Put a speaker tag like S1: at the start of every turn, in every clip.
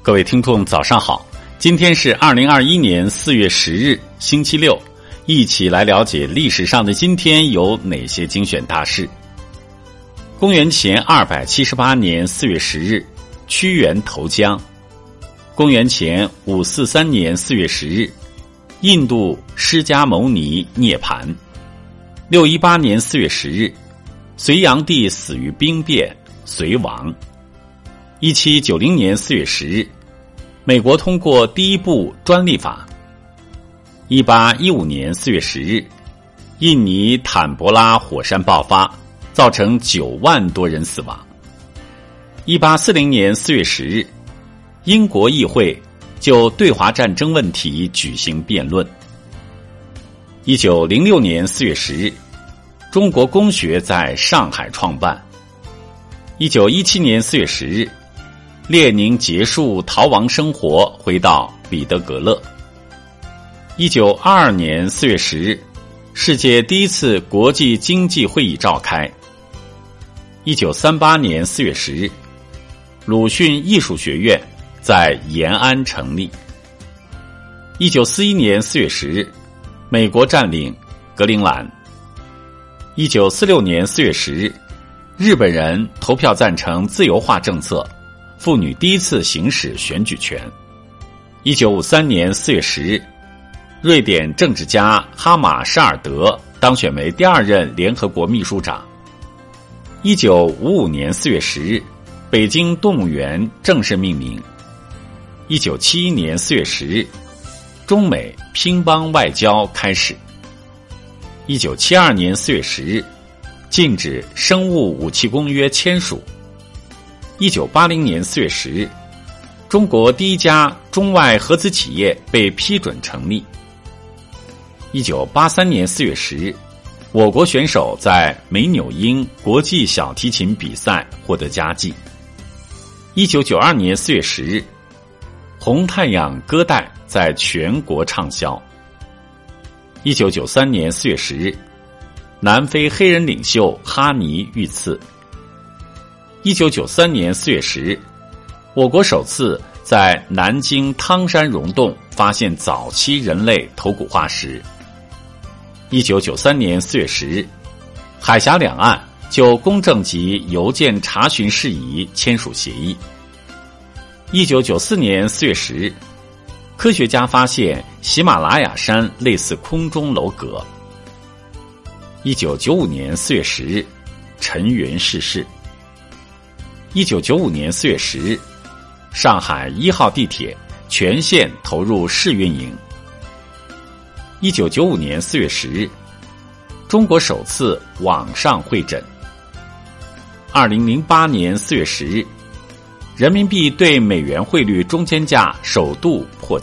S1: 各位听众早上好，今天是2021年4月10日星期六，一起来了解历史上的今天有哪些精选大事。公元前278年4月10日，屈原投江。公元前543年4月10日，印度释迦牟尼涅槃。618年4月10日，隋炀帝死于兵变，隋亡。1790年4月10日，美国通过第一部专利法。1815年4月10日，印尼坦博拉火山爆发，造成9万多人死亡。1840年4月10日，英国议会就对华战争问题举行辩论。1906年4月10日，中国工学在上海创办。1917年4月10日，列宁结束逃亡生活，回到彼得格勒。1922年4月10日，世界第一次国际经济会议召开。1938年4月10日，鲁迅艺术学院在延安成立。1941年4月10日，美国占领格陵兰。1946年4月10日，日本人投票赞成自由化政策，妇女第一次行使选举权。1953年4月10日，瑞典政治家哈马沙尔德当选为第2任联合国秘书长。1955年4月10日，北京动物园正式命名。1971年4月10日，中美乒乓外交开始。1972年4月10日，禁止生物武器公约签署。1980年4月10日，中国第一家中外合资企业被批准成立。1983年4月10日，我国选手在美纽英国际小提琴比赛获得佳绩。1992年4月10日，红太阳歌带在全国畅销。1993年4月10日，南非黑人领袖哈尼遇刺。1993年4月10日，我国首次在南京汤山溶洞发现早期人类头骨化石。1993年4月10日，海峡两岸就公证及邮件查询事宜签署协议。1994年4月10日，科学家发现喜马拉雅山类似空中楼阁。1995年4月10日，陈云逝世。1995年4月10日，上海1号地铁全线投入试运营。1995年4月10日，中国首次网上会诊。2008年4月10日，人民币对美元汇率中间价首度破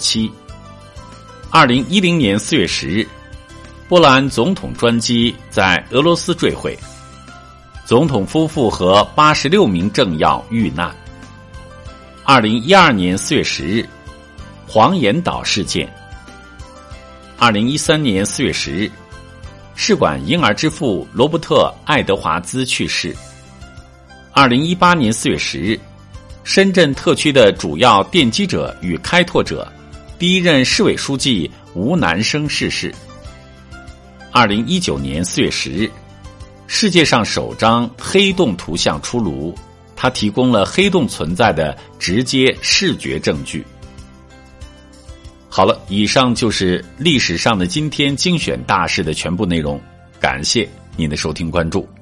S1: 7。2010年4月10日，波兰总统专机在俄罗斯坠毁，总统夫妇和86名政要遇难。2012年4月10日，黄岩岛事件。2013年4月10日，试管婴儿之父罗伯特·爱德华兹去世。2018年4月10日，深圳特区的主要奠基者与开拓者，第1任市委书记吴南生逝世。2019年4月10日，世界上首张黑洞图像出炉，它提供了黑洞存在的直接视觉证据。好了，以上就是历史上的今天精选大事的全部内容，感谢您的收听关注。